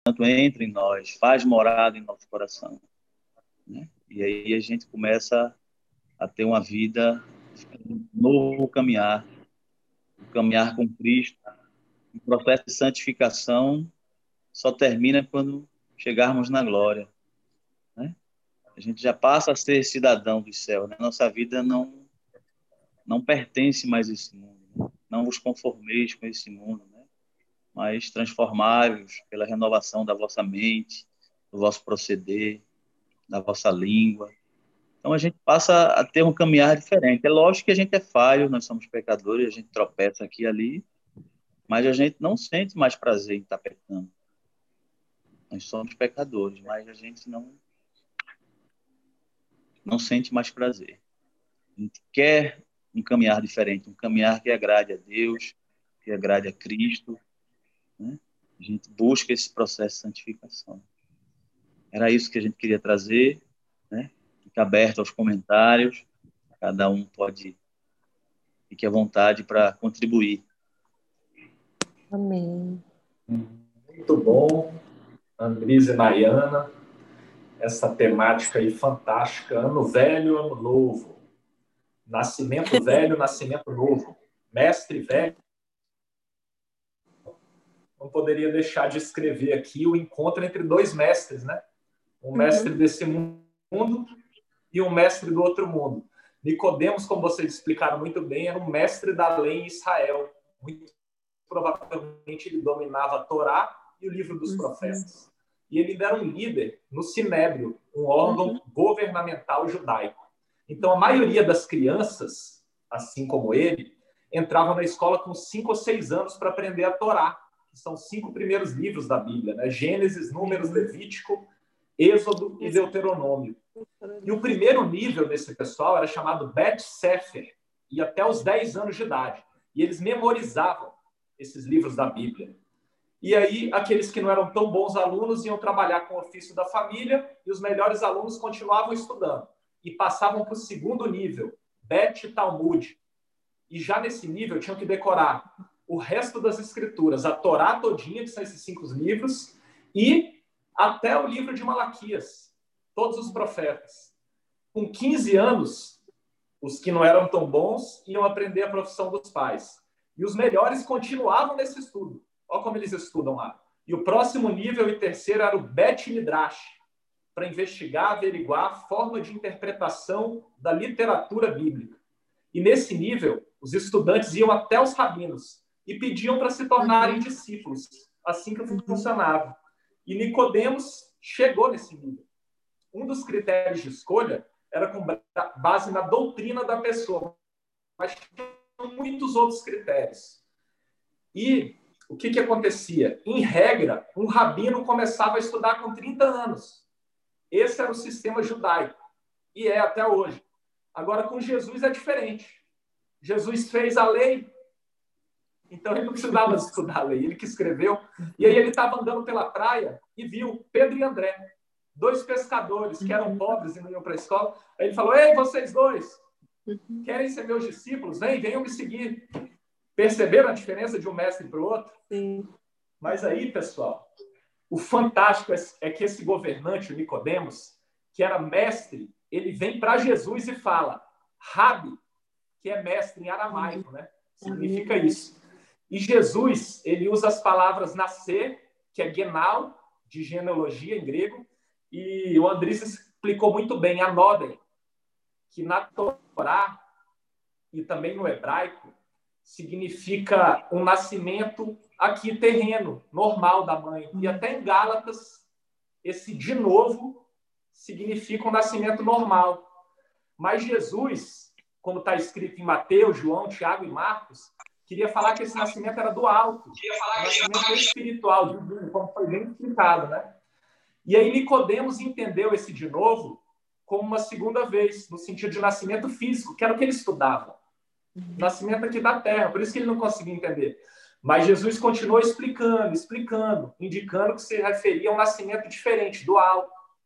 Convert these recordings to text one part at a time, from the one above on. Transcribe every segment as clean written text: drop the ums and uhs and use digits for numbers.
Santo entra em nós, faz morada em nosso coração, né? E aí a gente começa a ter uma vida, um novo caminhar, um caminhar com Cristo. O processo de santificação só termina quando chegarmos na glória, né? A gente já passa a ser cidadão do céu, né? Nossa vida não pertence mais a esse mundo, né? Não vos conformeis com esse mundo, né? Mas transformai-vos pela renovação da vossa mente, do vosso proceder, da vossa língua. Então a gente passa a ter um caminhar diferente. É lógico que a gente é falho, nós somos pecadores, a gente tropeça aqui e ali, mas a gente não sente mais prazer em estar pecando. Nós somos pecadores, mas a gente não sente mais prazer. A gente quer um caminhar diferente, um caminhar que agrade a Deus, que agrade a Cristo, né? A gente busca esse processo de santificação. Era isso que a gente queria trazer, né? Fica aberto aos comentários, cada um pode, fique à vontade para contribuir. Amém. Muito bom, Andrisa e Nayana, essa temática aí fantástica, ano velho, ano novo, nascimento velho, nascimento novo, mestre velho. Não poderia deixar de escrever aqui o encontro entre dois mestres, né? Um mestre desse mundo e um mestre do outro mundo. Nicodemos, como vocês explicaram muito bem, era um mestre da lei em Israel. Muito provavelmente ele dominava a Torá e o livro dos profetas. E ele ainda era um líder no Sinédrio, um órgão governamental judaico. Então, a maioria das crianças, assim como ele, entravam na escola com 5 ou 6 anos para aprender a Torá, que são 5 primeiros livros da Bíblia, né? Gênesis, Números, Levítico, Êxodo e Deuteronômio. E o primeiro nível desse pessoal era chamado Bet Sefer, e até os 10 anos de idade. E eles memorizavam esses livros da Bíblia. E aí, aqueles que não eram tão bons alunos iam trabalhar com o ofício da família e os melhores alunos continuavam estudando e passavam para o segundo nível, Bet Talmud. E já nesse nível tinham que decorar o resto das escrituras, a Torá todinha, que são esses 5 livros, e até o livro de Malaquias, todos os profetas. Com 15 anos, os que não eram tão bons iam aprender a profissão dos pais. E os melhores continuavam nesse estudo. Olha como eles estudam lá. E o próximo nível e terceiro era o Bet Midrash, para investigar, averiguar a forma de interpretação da literatura bíblica. E nesse nível, os estudantes iam até os rabinos e pediam para se tornarem discípulos. Assim que funcionava. E Nicodemos chegou nesse nível. Um dos critérios de escolha era com base na doutrina da pessoa, mas tinha muitos outros critérios. E o que acontecia? Em regra, um rabino começava a estudar com 30 anos. Esse era o sistema judaico, e é até hoje. Agora, com Jesus é diferente. Jesus fez a lei, então ele não precisava estudar a lei, ele que escreveu. E aí ele estava andando pela praia e viu Pedro e André, 2 pescadores que eram pobres e não iam para a escola. Aí ele falou: ei, vocês dois, querem ser meus discípulos? Venham me seguir. Perceberam a diferença de um mestre para o outro? Sim. Mas aí, pessoal, o fantástico é que esse governante, o Nicodemos, que era mestre, ele vem para Jesus e fala Rabi, que é mestre em aramaico, né? Significa isso. E Jesus, ele usa as palavras nascer, que é genal, de genealogia em grego, e o Andrés explicou muito bem, anodem, que na Torá e também no hebraico significa um nascimento aqui terreno, normal da mãe. E até em Gálatas, esse de novo significa um nascimento normal. Mas Jesus, como está escrito em Mateus, João, Tiago e Marcos, queria falar que esse nascimento era do alto, um nascimento espiritual, como foi bem explicado, né? E aí Nicodemos entendeu esse de novo como uma segunda vez, no sentido de nascimento físico, que era o que ele estudava. Nascimento aqui da terra, por isso que ele não conseguia entender. Mas Jesus continuou explicando, indicando que se referia a um nascimento diferente, do alto.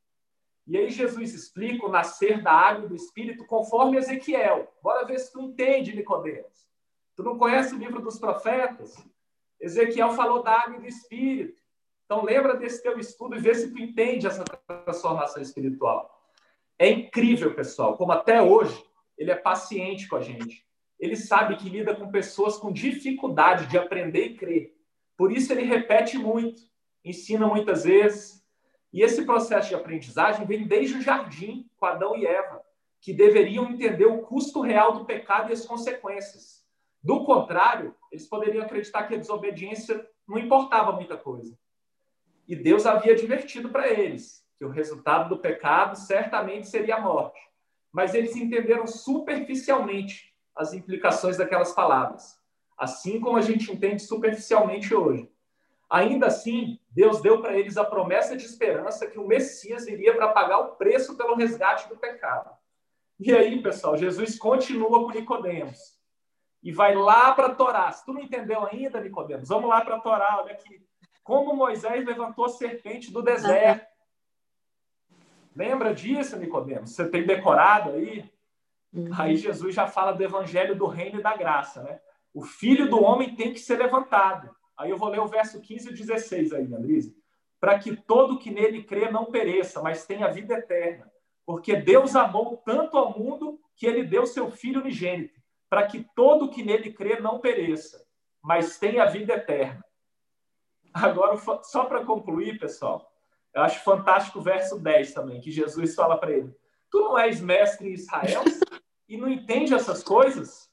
E aí Jesus explica o nascer da água e do Espírito conforme Ezequiel. Bora ver se tu entende, Nicodemos. Tu não conhece o livro dos profetas? Ezequiel falou da água e do Espírito. Então, lembra desse teu estudo e vê se tu entende essa transformação espiritual. É incrível, pessoal, como até hoje ele é paciente com a gente. Ele sabe que lida com pessoas com dificuldade de aprender e crer. Por isso ele repete muito, ensina muitas vezes. E esse processo de aprendizagem vem desde o jardim, com Adão e Eva, que deveriam entender o custo real do pecado e as consequências. Do contrário, eles poderiam acreditar que a desobediência não importava muita coisa. E Deus havia advertido para eles que o resultado do pecado certamente seria a morte. Mas eles entenderam superficialmente as implicações daquelas palavras, assim como a gente entende superficialmente hoje. Ainda assim, Deus deu para eles a promessa de esperança que o Messias iria para pagar o preço pelo resgate do pecado. E aí, pessoal, Jesus continua com Nicodemos e vai lá para a Torá. Se tu não entendeu ainda, Nicodemos, vamos lá para a Torá. Olha aqui. Como Moisés levantou a serpente do deserto. Lembra disso, Nicodemos? Você tem decorado aí? Aí Jesus já fala do evangelho do reino e da graça, né? O filho do homem tem que ser levantado. Aí eu vou ler o verso 15 e 16 aí, Andrisa. Para que todo que nele crê não pereça, mas tenha vida eterna. Porque Deus amou tanto ao mundo que ele deu seu filho unigênito, para que todo que nele crê não pereça, mas tenha vida eterna. Agora, só para concluir, pessoal, eu acho fantástico o verso 10 também, que Jesus fala para ele: tu não és mestre em Israel e não entende essas coisas?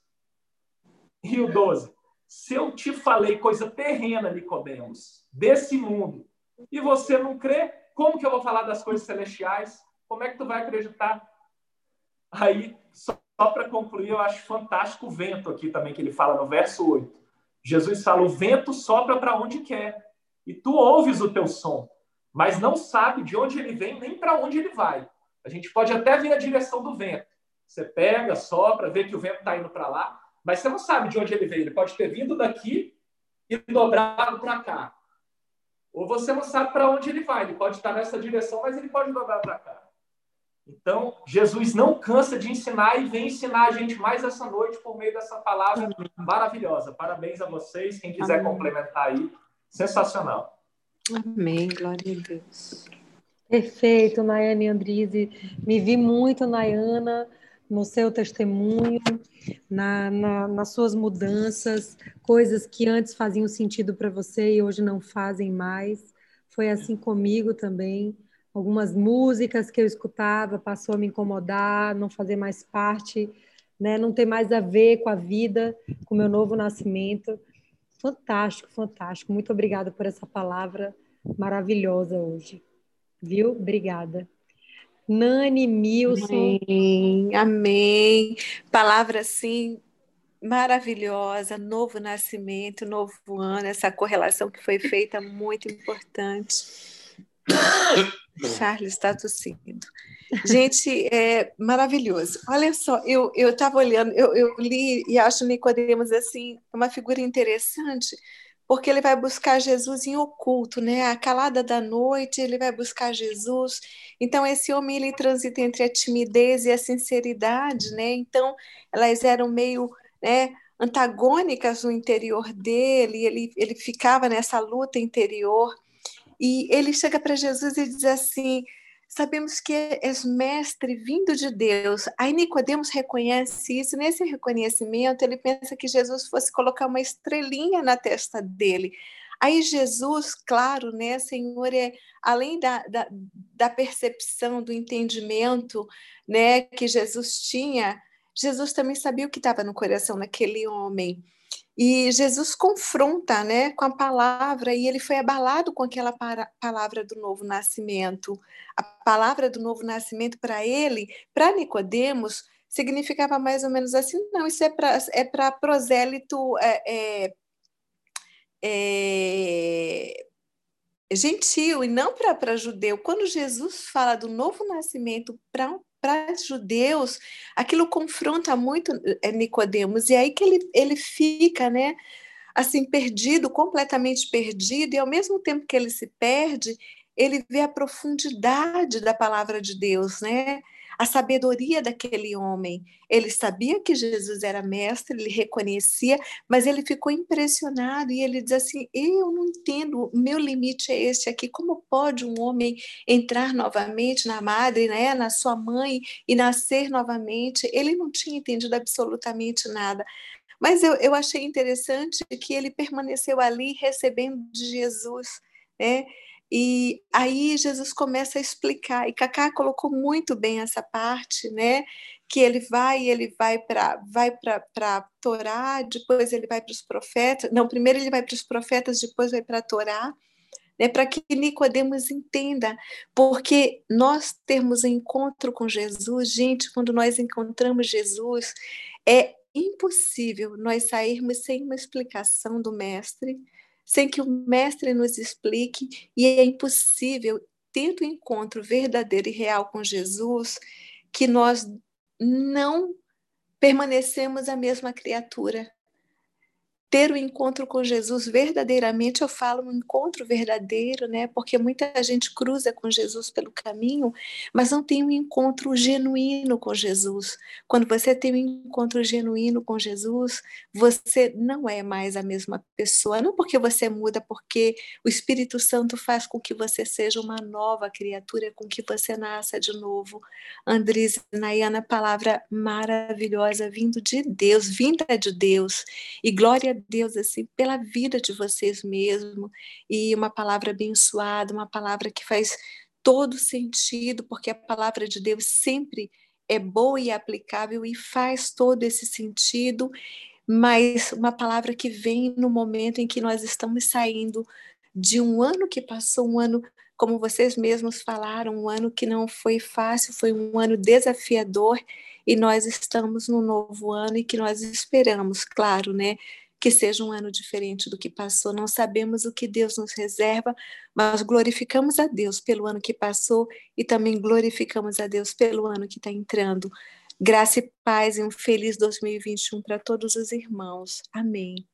E o 12: se eu te falei coisa terrena, Nicodemos, desse mundo, e você não crê, como que eu vou falar das coisas celestiais? Como é que tu vai acreditar? Aí, só para concluir, eu acho fantástico o vento aqui também, que ele fala no verso 8. Jesus fala: o vento sopra para onde quer, e tu ouves o teu som, mas não sabe de onde ele vem nem para onde ele vai. A gente pode até ver a direção do vento. Você pega, sopra, vê que o vento está indo para lá, mas você não sabe de onde ele veio. Ele pode ter vindo daqui e dobrado para cá. Ou você não sabe para onde ele vai. Ele pode estar nessa direção, mas ele pode dobrar para cá. Então, Jesus não cansa de ensinar e vem ensinar a gente mais essa noite por meio dessa palavra maravilhosa. Parabéns a vocês. Quem quiser complementar aí, sensacional. Amém, glória a Deus. Perfeito, Nayane e Andrize. Me vi muito, Nayana, no seu testemunho, nas suas mudanças, coisas que antes faziam sentido para você e hoje não fazem mais. Foi assim comigo também. Algumas músicas que eu escutava passou a me incomodar, não fazer mais parte, né? Não ter mais a ver com a vida, com o meu novo nascimento. Fantástico, fantástico. Muito obrigada por essa palavra maravilhosa hoje. Viu? Obrigada. Nani, Milson. Amém, amém. Palavra assim maravilhosa, novo nascimento, novo ano, essa correlação que foi feita muito importante. Charles está tossindo. Gente, é maravilhoso. Olha só, eu estava olhando, eu li e acho Nicodemos assim uma figura interessante, porque ele vai buscar Jesus em oculto, né? A calada da noite, ele vai buscar Jesus. Então, esse homem, ele transita entre a timidez e a sinceridade, né? Então, elas eram meio, né, antagônicas no interior dele, ele ficava nessa luta interior. E ele chega para Jesus e diz assim: sabemos que és mestre vindo de Deus. Aí Nicodemos reconhece isso. Nesse reconhecimento, ele pensa que Jesus fosse colocar uma estrelinha na testa dele. Aí Jesus, claro, né, Senhor, além da percepção, do entendimento, né, que Jesus tinha, Jesus também sabia o que estava no coração daquele homem. E Jesus confronta, né, com a palavra, e ele foi abalado com aquela palavra do novo nascimento. A palavra do novo nascimento para ele, para Nicodemos, significava mais ou menos assim: não, isso é para prosélito gentil e não para judeu. Quando Jesus fala do novo nascimento para judeus, aquilo confronta muito Nicodemos, e aí que ele fica, né, assim, perdido, completamente perdido, e ao mesmo tempo que ele se perde, ele vê a profundidade da palavra de Deus, né? a sabedoria daquele homem. Ele sabia que Jesus era mestre, ele reconhecia, mas ele ficou impressionado e ele diz assim: eu não entendo, meu limite é este aqui, como pode um homem entrar novamente na madre, né, na sua mãe e nascer novamente? Ele não tinha entendido absolutamente nada. Mas eu achei interessante que ele permaneceu ali recebendo de Jesus, né? E aí Jesus começa a explicar, e Cacá colocou muito bem essa parte, né? Que ele vai para Torá, depois ele vai para os profetas. Não, primeiro ele vai para os profetas, depois vai para a Torá, né? Para que Nicodemos entenda, porque nós termos encontro com Jesus, gente, quando nós encontramos Jesus, é impossível nós sairmos sem uma explicação do mestre, sem que o mestre nos explique, e é impossível, tendo um encontro verdadeiro e real com Jesus, que nós não permanecemos a mesma criatura. Ter o encontro com Jesus verdadeiramente, eu falo um encontro verdadeiro, né? Porque muita gente cruza com Jesus pelo caminho, mas não tem um encontro genuíno com Jesus. Quando você tem um encontro genuíno com Jesus, você não é mais a mesma pessoa. Não porque você muda, porque o Espírito Santo faz com que você seja uma nova criatura, com que você nasça de novo. Andrés e Nayana, palavra maravilhosa, vindo de Deus, vinda de Deus. E glória a Deus assim pela vida de vocês mesmo, e uma palavra abençoada, uma palavra que faz todo sentido, porque a palavra de Deus sempre é boa e aplicável e faz todo esse sentido, mas uma palavra que vem no momento em que nós estamos saindo de um ano que passou, um ano, como vocês mesmos falaram, um ano que não foi fácil, foi um ano desafiador, e nós estamos no novo ano e que nós esperamos, claro, né, que seja um ano diferente do que passou. Não sabemos o que Deus nos reserva, mas glorificamos a Deus pelo ano que passou e também glorificamos a Deus pelo ano que está entrando. Graça e paz e um feliz 2021 para todos os irmãos. Amém.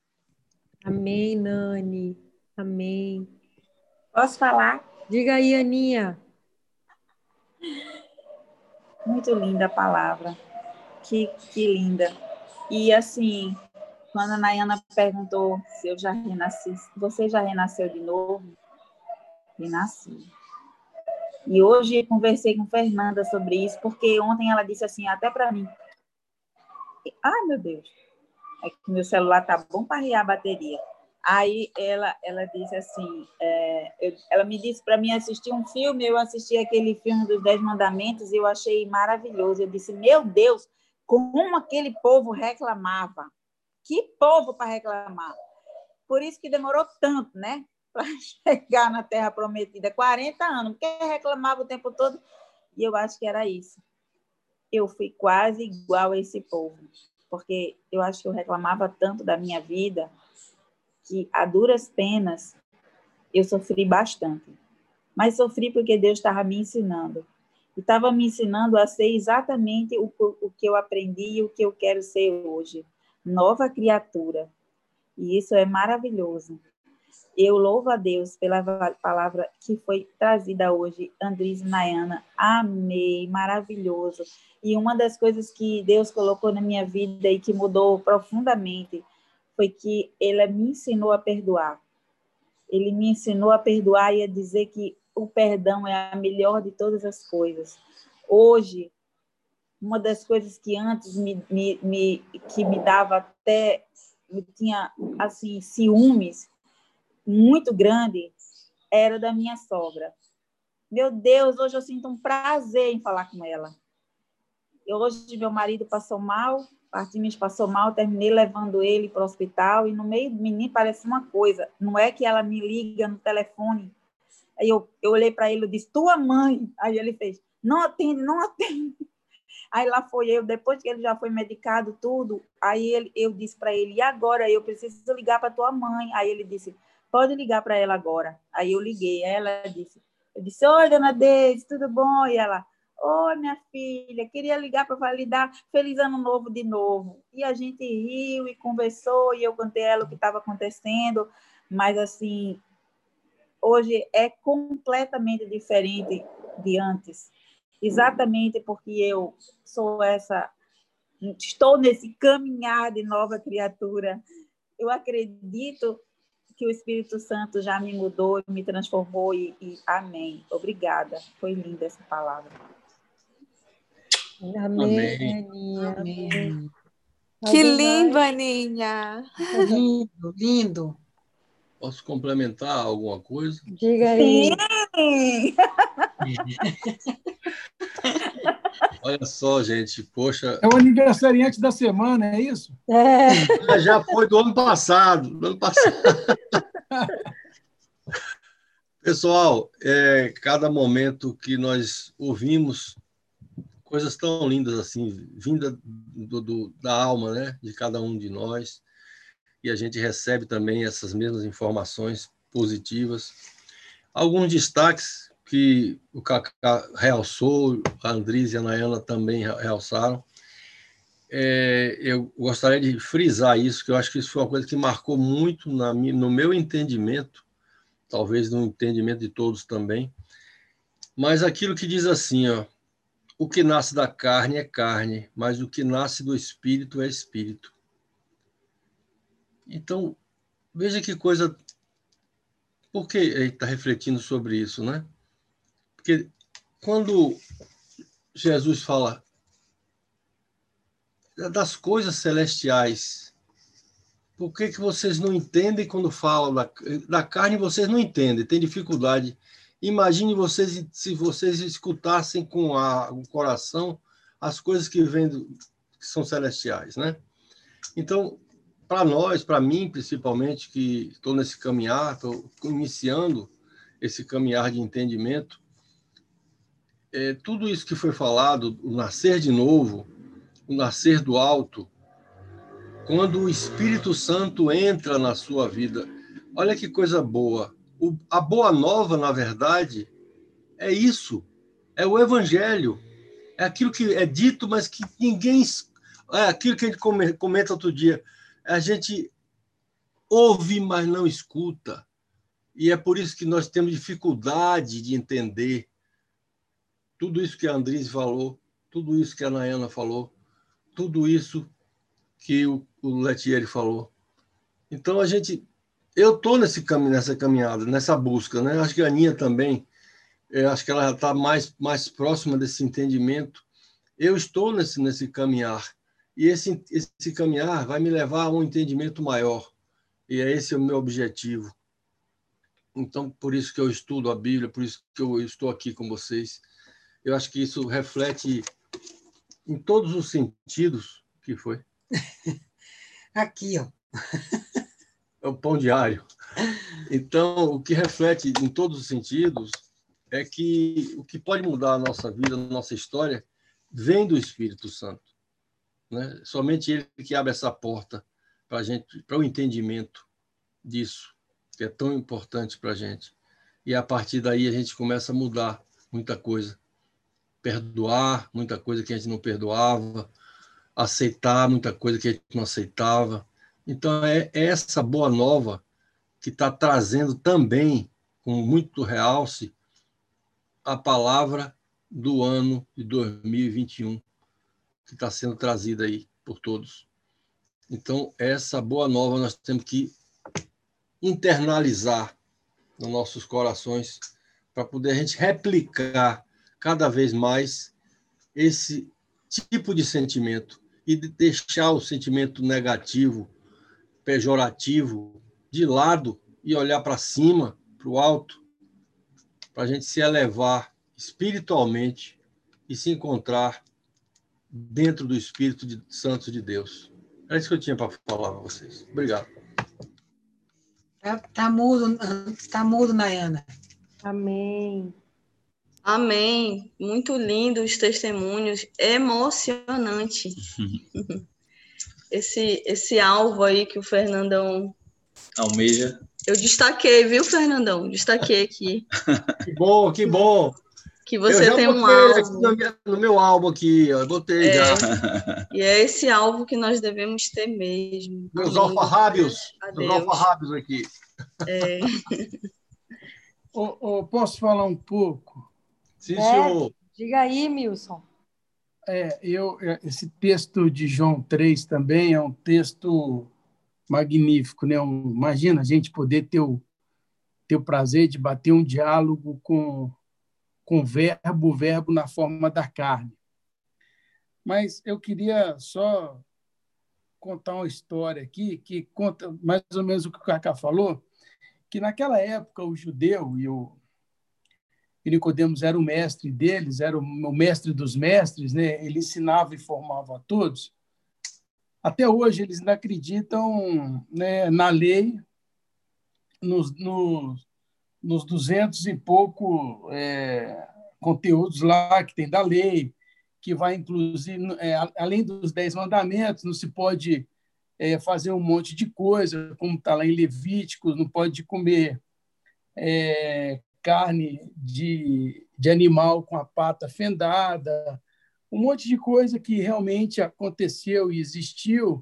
Amém, Nani. Amém. Posso falar? Diga aí, Aninha. Muito linda a palavra. Que linda. E assim, quando a Nayana perguntou se eu já renasci, você já renasceu de novo? Renasci. E hoje conversei com Fernanda sobre isso, porque ontem ela disse assim, até para mim, ai meu Deus, é que meu celular tá bom para riar a bateria. Aí ela disse assim, ela me disse para mim assistir um filme, eu assisti aquele filme dos 10 Mandamentos e eu achei maravilhoso. Eu disse, meu Deus, como aquele povo reclamava. Que povo para reclamar. Por isso que demorou tanto, né? Para chegar na Terra Prometida, 40 anos, porque reclamava o tempo todo. E eu acho que era isso. Eu fui quase igual a esse povo, porque eu acho que eu reclamava tanto da minha vida que, a duras penas, eu sofri bastante. Mas sofri porque Deus estava me ensinando. E estava me ensinando a ser exatamente o que eu aprendi e o que eu quero ser hoje. Nova criatura. E isso é maravilhoso. Eu louvo a Deus pela palavra que foi trazida hoje, Andrés e Nayana. Amei, maravilhoso. E uma das coisas que Deus colocou na minha vida e que mudou profundamente foi que Ele me ensinou a perdoar. Ele me ensinou a perdoar e a dizer que o perdão é a melhor de todas as coisas. Hoje, uma das coisas que antes que me dava até, eu tinha assim, ciúmes muito grande, era da minha sogra. Meu Deus, hoje eu sinto um prazer em falar com ela. Hoje meu marido passou mal, Artemis passou mal, terminei levando ele para o hospital, e no meio do menino parece uma coisa, não é que ela me liga no telefone, aí eu olhei para ele e disse, tua mãe, aí ele fez, não atende, não atende. Aí lá foi eu, depois que ele já foi medicado, tudo, aí eu disse para ele, e agora? Eu preciso ligar para tua mãe. Aí ele disse, pode ligar para ela agora. Aí eu liguei, ela disse, oi, dona Deise, tudo bom? E ela, oi, minha filha, queria ligar para lhe dar feliz ano novo de novo. E a gente riu e conversou, e eu contei a ela o que estava acontecendo, mas assim, hoje é completamente diferente de antes. exatamente porque eu estou nesse caminhar de nova criatura. Eu acredito que o Espírito Santo já me mudou, me transformou e amém. Obrigada. Foi linda essa palavra. Amém, Amém. Aninha. Amém. Que Alguém lindo, mais? Aninha. Lindo, lindo. Posso complementar alguma coisa? Diga aí. Sim! Olha só, gente, poxa, É o aniversariante da semana, é isso? já foi do ano passado, do ano passado. Pessoal, cada momento que nós ouvimos coisas tão lindas assim, vinda da alma, né, de cada um de nós, e a gente recebe também essas mesmas informações positivas. Alguns destaques que o Cacá realçou, a Andrisa e a Nayana também realçaram. Eu gostaria de frisar isso, que eu acho que isso foi uma coisa que marcou muito no meu entendimento, talvez no entendimento de todos também, mas aquilo que diz assim, ó, o que nasce da carne é carne, mas o que nasce do espírito é espírito. Então, veja que coisa. Por que ele está refletindo sobre isso, né? Porque quando Jesus fala das coisas celestiais, por que vocês não entendem quando falam da carne? Vocês não entendem, têm dificuldade. Imagine vocês se vocês escutassem com o coração as coisas que que são celestiais, né? Então, para nós, para mim principalmente, que estou nesse caminhar, estou iniciando esse caminhar de entendimento, tudo isso que foi falado, o nascer de novo, o nascer do alto, quando o Espírito Santo entra na sua vida, olha que coisa boa. A boa nova, na verdade, é isso, é o Evangelho, é aquilo que é dito, mas que ninguém... É aquilo que a gente comenta outro dia, a gente ouve, mas não escuta. E é por isso que nós temos dificuldade de entender tudo isso que a Andrise falou, tudo isso que a Nayana falou, tudo isso que o Letieri falou. Então, eu estou nessa caminhada, nessa busca, né? Acho que a Aninha também, eu acho que ela está mais próxima desse entendimento. Eu estou nesse caminhar, e esse caminhar vai me levar a um entendimento maior, e esse é o meu objetivo. Então, por isso que eu estudo a Bíblia, por isso que eu estou aqui com vocês. Eu acho que isso reflete em todos os sentidos. O que foi? Aqui, ó. É o pão diário. Então, o que reflete em todos os sentidos é que o que pode mudar a nossa vida, a nossa história, vem do Espírito Santo, né? Somente ele que abre essa porta para o entendimento disso, que é tão importante para a gente. E a partir daí a gente começa a mudar muita coisa. Perdoar muita coisa que a gente não perdoava, aceitar muita coisa que a gente não aceitava. Então, é essa boa nova que está trazendo também, com muito realce, a palavra do ano de 2021, que está sendo trazida aí por todos. Então, essa boa nova nós temos que internalizar nos nossos corações para poder a gente replicar cada vez mais esse tipo de sentimento e deixar o sentimento negativo, pejorativo, de lado e olhar para cima, para o alto, para a gente se elevar espiritualmente e se encontrar dentro do Espírito Santo de Deus. Era isso que eu tinha para falar para vocês. Obrigado. Tá mudo, Nayana. Amém. Amém. Muito lindo os testemunhos, emocionante. Esse alvo aí que o Fernandão almeja. Eu destaquei, viu, Fernandão? Destaquei aqui. Que bom, que bom. Que você tem um alvo. No meu álbum aqui, eu botei já. E é esse alvo que nós devemos ter mesmo. Meus alfarrábios aqui. Posso falar um pouco? Sim, senhor. Diga aí, Milson. Esse texto de João 3 também é um texto magnífico, né? Imagina a gente poder ter o prazer de bater um diálogo com o verbo na forma da carne. Mas eu queria só contar uma história aqui que conta mais ou menos o que o Cacá falou, que naquela época o judeu e Nicodemos era o mestre deles, era o mestre dos mestres, né? Ele ensinava e formava a todos. Até hoje eles ainda acreditam, né, na lei, nos 200 e pouco conteúdos lá que tem da lei, que vai, inclusive, além dos 10 mandamentos, não se pode fazer um monte de coisa, como está lá em Levíticos, não pode comer carne de animal com a pata fendada, um monte de coisa que realmente aconteceu e existiu,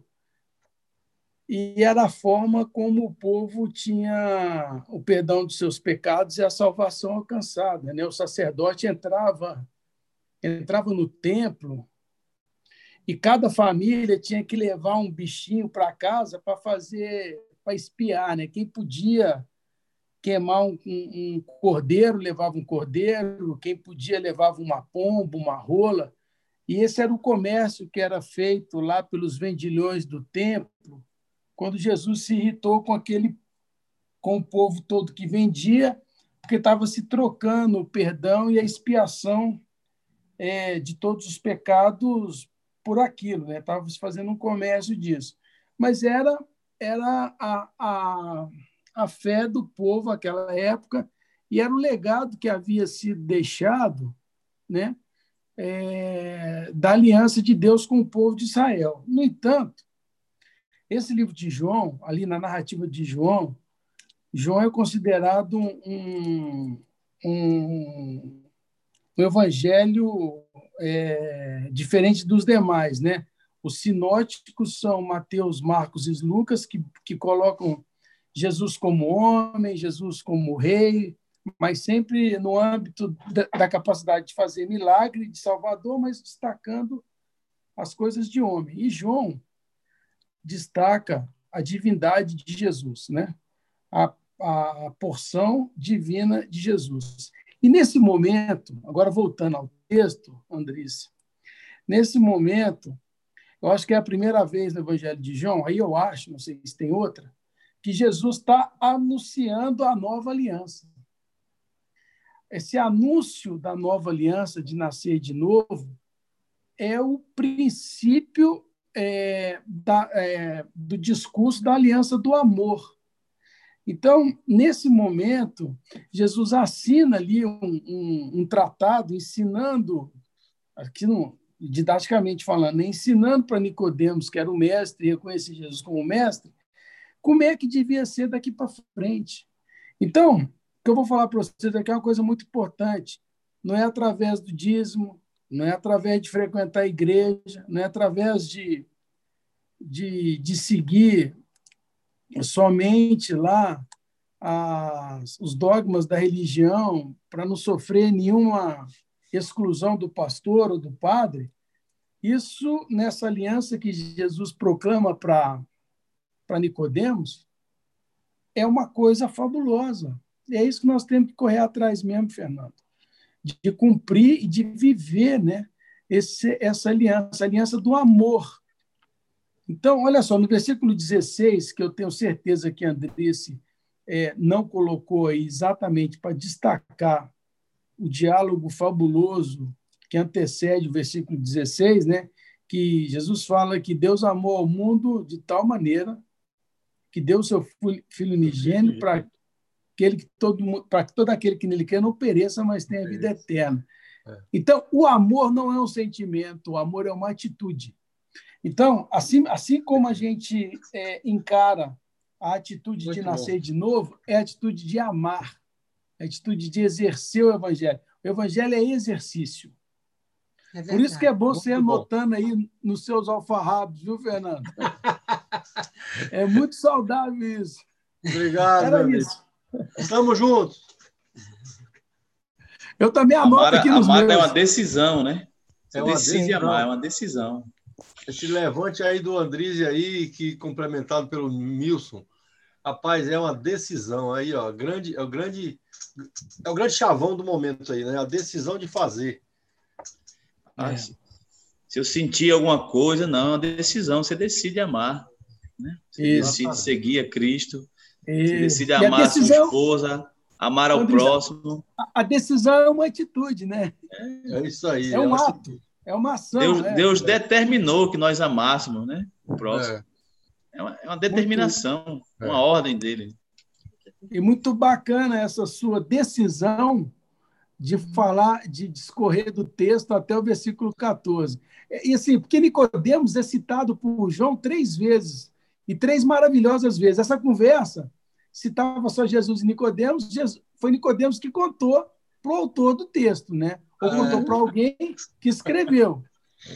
e era a forma como o povo tinha o perdão dos seus pecados e a salvação alcançada, né? O sacerdote entrava no templo e cada família tinha que levar um bichinho para casa para espiar, né? Quem podia queimar um cordeiro, levava um cordeiro, quem podia levava uma pomba, uma rola, e esse era o comércio que era feito lá pelos vendilhões do templo, quando Jesus se irritou com o povo todo que vendia, porque estava se trocando o perdão e a expiação de todos os pecados por aquilo, né? Estava se fazendo um comércio disso. Mas era a fé do povo naquela época e era o legado que havia sido deixado, né? Da aliança de Deus com o povo de Israel. No entanto, esse livro de João, ali na narrativa de João é considerado um evangelho diferente dos demais, né? Os sinóticos são Mateus, Marcos e Lucas, que colocam Jesus como homem, Jesus como rei, mas sempre no âmbito da capacidade de fazer milagre, de Salvador, mas destacando as coisas de homem. E João destaca a divindade de Jesus, né? A porção divina de Jesus. E nesse momento, agora voltando ao texto, Andrice, nesse momento, eu acho que é a primeira vez no Evangelho de João, aí eu acho, não sei se tem outra, que Jesus está anunciando a nova aliança. Esse anúncio da nova aliança, de nascer de novo, é o princípio do discurso da aliança do amor. Então, nesse momento, Jesus assina ali um tratado ensinando, aqui didaticamente falando, né, ensinando para Nicodemos, que era o mestre, e reconhecia Jesus como mestre, como é que devia ser daqui para frente. Então, o que eu vou falar para vocês aqui é uma coisa muito importante. Não é através do dízimo, não é através de frequentar a igreja, não é através de seguir somente lá os dogmas da religião para não sofrer nenhuma exclusão do pastor ou do padre. Isso, nessa aliança que Jesus proclama para Nicodemos, é uma coisa fabulosa. E é isso que nós temos que correr atrás mesmo, Fernando, de cumprir e de viver, né, essa aliança, a aliança do amor. Então, olha só, no versículo 16, que eu tenho certeza que Andrice não colocou aí exatamente para destacar o diálogo fabuloso que antecede o versículo 16, né, que Jesus fala que Deus amou ao mundo de tal maneira que deu o seu Filho unigênito para que todo aquele que nele quer não pereça, mas tenha vida eterna. Então, o amor não é um sentimento, o amor é uma atitude. Então, assim como a gente encara a atitude de nascer de novo, é a atitude de amar, a atitude de exercer o Evangelho. O Evangelho é exercício. Por isso que é bom você anotando aí nos seus alfarrábios, viu, Fernando? É muito saudável isso. Obrigado, meu amigo. Estamos juntos. Eu também anoto aqui nos amar é meus. uma decisão, né? Você É uma decide decisão. amar, é uma decisão. Esse levante aí do Andrizi aí, que complementado pelo Milson, rapaz, é uma decisão aí, ó, é o grande chavão do momento aí, né? A decisão de fazer. Ah, se eu sentir alguma coisa, não, é uma decisão. Você decide amar, né? Você decide seguir a Cristo. Você decide E a amar a sua decisão, esposa, amar ao Andrés, próximo. a decisão é uma atitude, né? É isso aí. É um ato, é uma ação. Deus determinou que nós amássemos, né? O próximo. É. É uma determinação, uma ordem dele. E muito bacana essa sua decisão de falar, de discorrer do texto até o versículo 14. E assim, porque Nicodemos é citado por João 3 vezes, e 3 maravilhosas vezes. Essa conversa citava só Jesus e Nicodemos, foi Nicodemos que contou para o autor do texto, né? Ou contou para alguém que escreveu.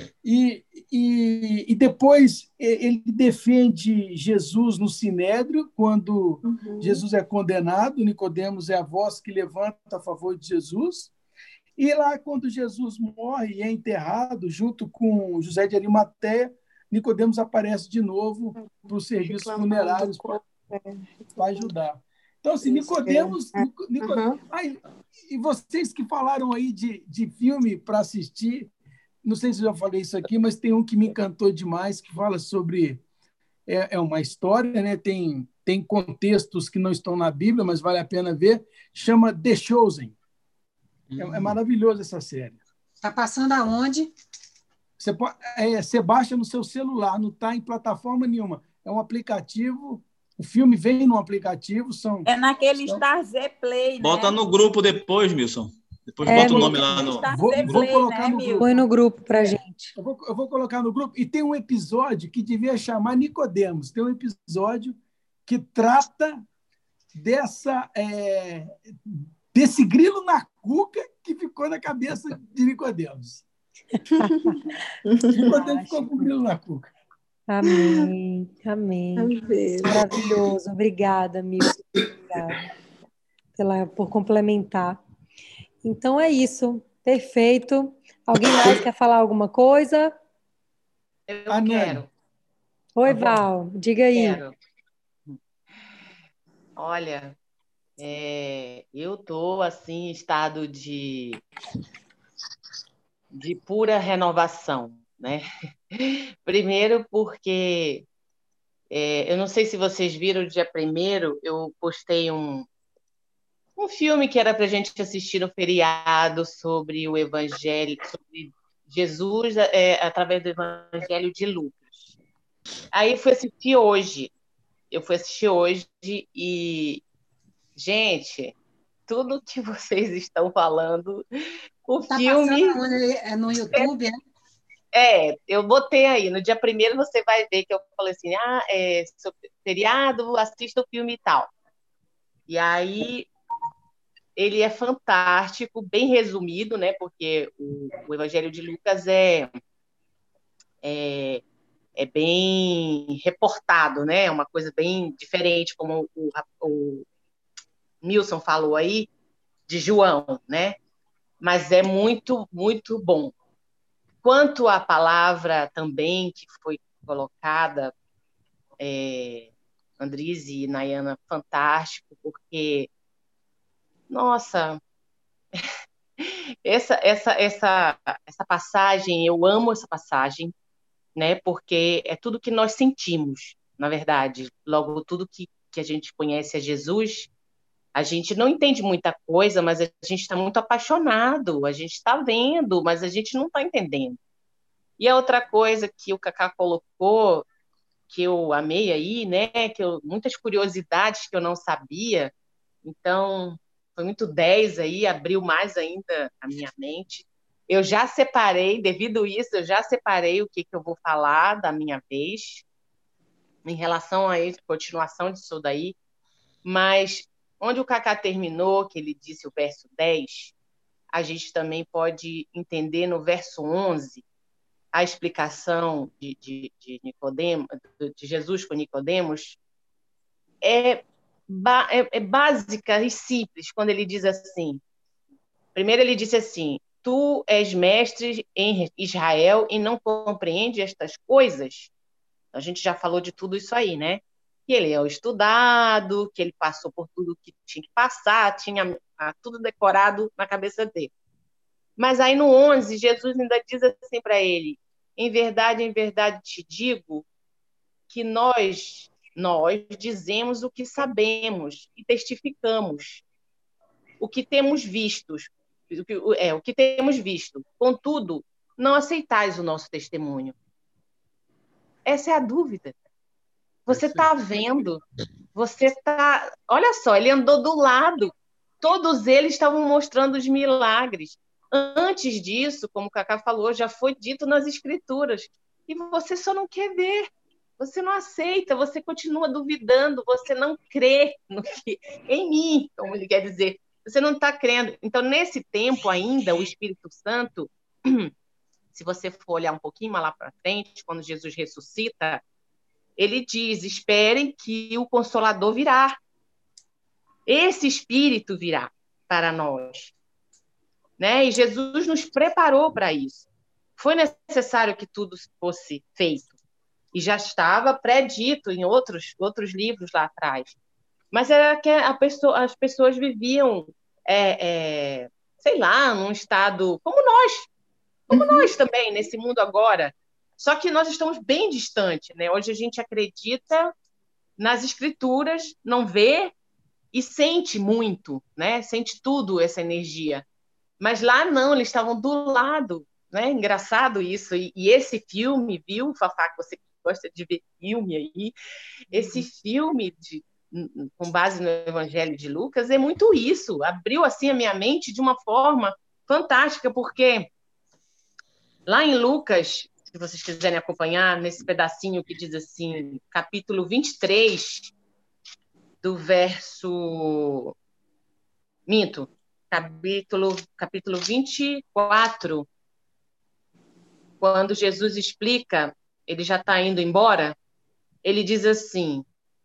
E depois ele defende Jesus no Sinédrio, quando Jesus é condenado, Nicodemos é a voz que levanta a favor de Jesus. E lá, quando Jesus morre e é enterrado, junto com José de Arimateia, Nicodemos aparece de novo para os serviços funerários para ajudar. Então, assim, Nicodemos... Ai, e vocês que falaram aí de filme para assistir, não sei se eu já falei isso aqui, mas tem um que me encantou demais, que fala sobre... É uma história, né? Tem contextos que não estão na Bíblia, mas vale a pena ver. Chama The Chosen. É maravilhosa essa série. Está passando aonde? Você baixa no seu celular, não está em plataforma nenhuma. É um aplicativo, o filme vem no aplicativo. É naquele Star Z Play, né? Bota no grupo depois, Milson. Depois bota o nome lá no... Vou colocar no grupo. Põe no grupo para a gente. Eu vou colocar no grupo. E tem um episódio que devia chamar Nicodemos. Tem um episódio que trata desse grilo na cuca que ficou na cabeça de Nicodemos. Nicodemos ficou com o grilo na cuca. Amém, amém. Maravilhoso. Obrigada, Milson. Obrigada por complementar. Então é isso. Perfeito. Alguém mais quer falar alguma coisa? Eu quero. Oi, Val. Diga aí. Quero. Olha, eu estou assim, em estado de pura renovação, né? Primeiro porque, eu não sei se vocês viram, dia 1º, eu postei um filme que era para a gente assistir no feriado sobre o Evangelho, sobre Jesus através do Evangelho de Lucas. Aí eu fui assistir hoje. E, gente, tudo que vocês estão falando, o filme... É no YouTube, eu botei aí. No dia 1º você vai ver que eu falei assim, sobre feriado, assista o filme e tal. E aí, ele é fantástico, bem resumido, né? Porque o Evangelho de Lucas é bem reportado, né? É uma coisa bem diferente, como o Milson falou aí, de João, né? Mas é muito, muito bom. Quanto à palavra também que foi colocada, Andrizi e Nayana, fantástico, porque, nossa, essa passagem, eu amo essa passagem, né? Porque é tudo que nós sentimos, na verdade. Logo, tudo que a gente conhece a Jesus, a gente não entende muita coisa, mas a gente está muito apaixonado, a gente está vendo, mas a gente não está entendendo. E a outra coisa que o Cacá colocou, que eu amei aí, né? Muitas curiosidades que eu não sabia, então foi muito 10 aí, abriu mais ainda a minha mente. Eu já separei, devido a isso, o que eu vou falar da minha vez, em relação a continuação disso daí, mas onde o Cacá terminou, que ele disse o verso 10, a gente também pode entender no verso 11, a explicação de Jesus com Nicodemos é básica e simples, quando ele diz assim, Primeiro ele disse assim: tu és mestre em Israel e não compreende estas coisas? A gente já falou de tudo isso aí, né? Que ele é o estudado, que ele passou por tudo que tinha que passar, tinha tudo decorado na cabeça dele. Mas aí no 11, Jesus ainda diz assim para ele: em verdade te digo que nós dizemos o que sabemos e testificamos o que temos visto, o que temos visto. Contudo, não aceitais o nosso testemunho. Essa é a dúvida. Você está vendo, você está... Olha só, ele andou do lado. Todos eles estavam mostrando os milagres. Antes disso, como o Cacá falou, já foi dito nas Escrituras. E você só não quer ver. Você não aceita, você continua duvidando, você não crê em mim, como ele quer dizer. Você não está crendo. Então, nesse tempo ainda, o Espírito Santo, se você for olhar um pouquinho mais lá para frente, quando Jesus ressuscita, ele diz: esperem que o Consolador virá. Esse Espírito virá para nós. Né? E Jesus nos preparou para isso. Foi necessário que tudo fosse feito. E já estava predito em outros livros lá atrás. Mas era que as pessoas viviam, sei lá, num estado como nós também, nesse mundo agora. Só que nós estamos bem distantes, né? Hoje a gente acredita nas Escrituras, não vê e sente muito, né? Sente tudo, essa energia. Mas lá não, eles estavam do lado, né? Engraçado isso. E esse filme, viu, Fafá, que você gosta de ver filme aí, esse filme com base no Evangelho de Lucas é muito isso. Abriu assim a minha mente de uma forma fantástica, porque lá em Lucas, se vocês quiserem acompanhar, nesse pedacinho que diz assim, capítulo 23, do verso... Minto, capítulo 24, quando Jesus explica, ele já está indo embora, ele diz assim,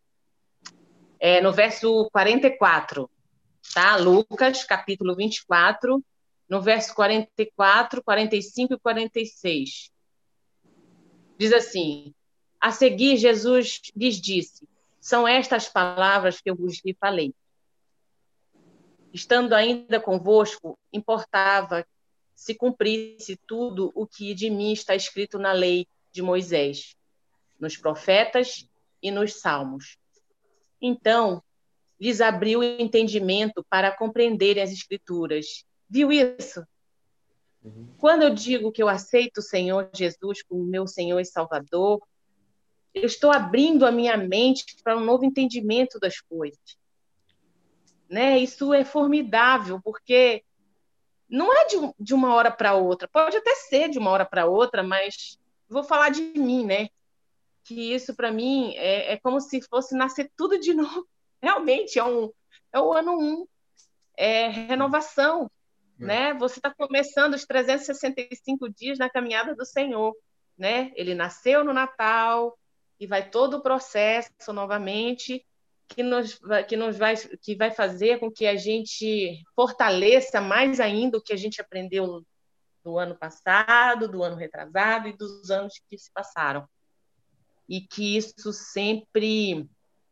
no verso 44, tá? Lucas, capítulo 24, no verso 44, 45 e 46. Diz assim: a seguir, Jesus lhes disse: são estas palavras que eu vos falei. Estando ainda convosco, importava se cumprisse tudo o que de mim está escrito na lei de Moisés, nos profetas e nos salmos. Então, lhes abriu o entendimento para compreenderem as Escrituras. Viu isso? Quando eu digo que eu aceito o Senhor Jesus como meu Senhor e Salvador, eu estou abrindo a minha mente para um novo entendimento das coisas. Né? Isso é formidável, porque não é de uma hora para outra. Pode até ser de uma hora para outra, mas vou falar de mim, né? Que isso, para mim, é como se fosse nascer tudo de novo. Realmente, é o ano 1. É renovação. Né? Você está começando os 365 dias na caminhada do Senhor. Né? Ele nasceu no Natal e vai todo o processo novamente que vai fazer com que a gente fortaleça mais ainda o que a gente aprendeu do ano passado, do ano retrasado e dos anos que se passaram. E que isso sempre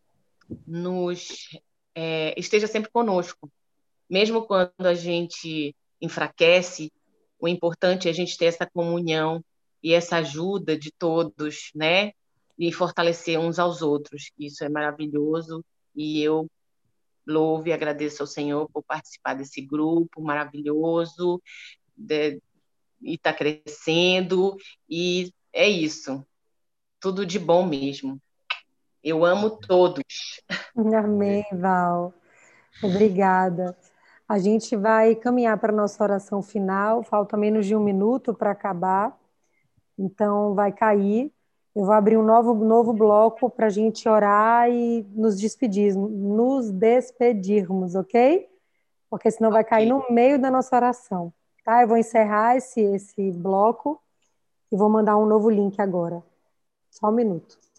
esteja sempre conosco. Mesmo quando a gente enfraquece, o importante é a gente ter essa comunhão e essa ajuda de todos, né? E fortalecer uns aos outros. Isso é maravilhoso e eu louvo e agradeço ao Senhor por participar desse grupo maravilhoso e está crescendo e é isso. Tudo de bom mesmo. Eu amo todos. Amém, Val. Obrigada. A gente vai caminhar para a nossa oração final. Falta menos de 1 minuto para acabar. Então, vai cair. Eu vou abrir um novo bloco para a gente orar e nos despedirmos, ok? Porque senão vai cair no meio da nossa oração. Tá? Eu vou encerrar esse bloco e vou mandar um novo link agora. Só 1 minuto.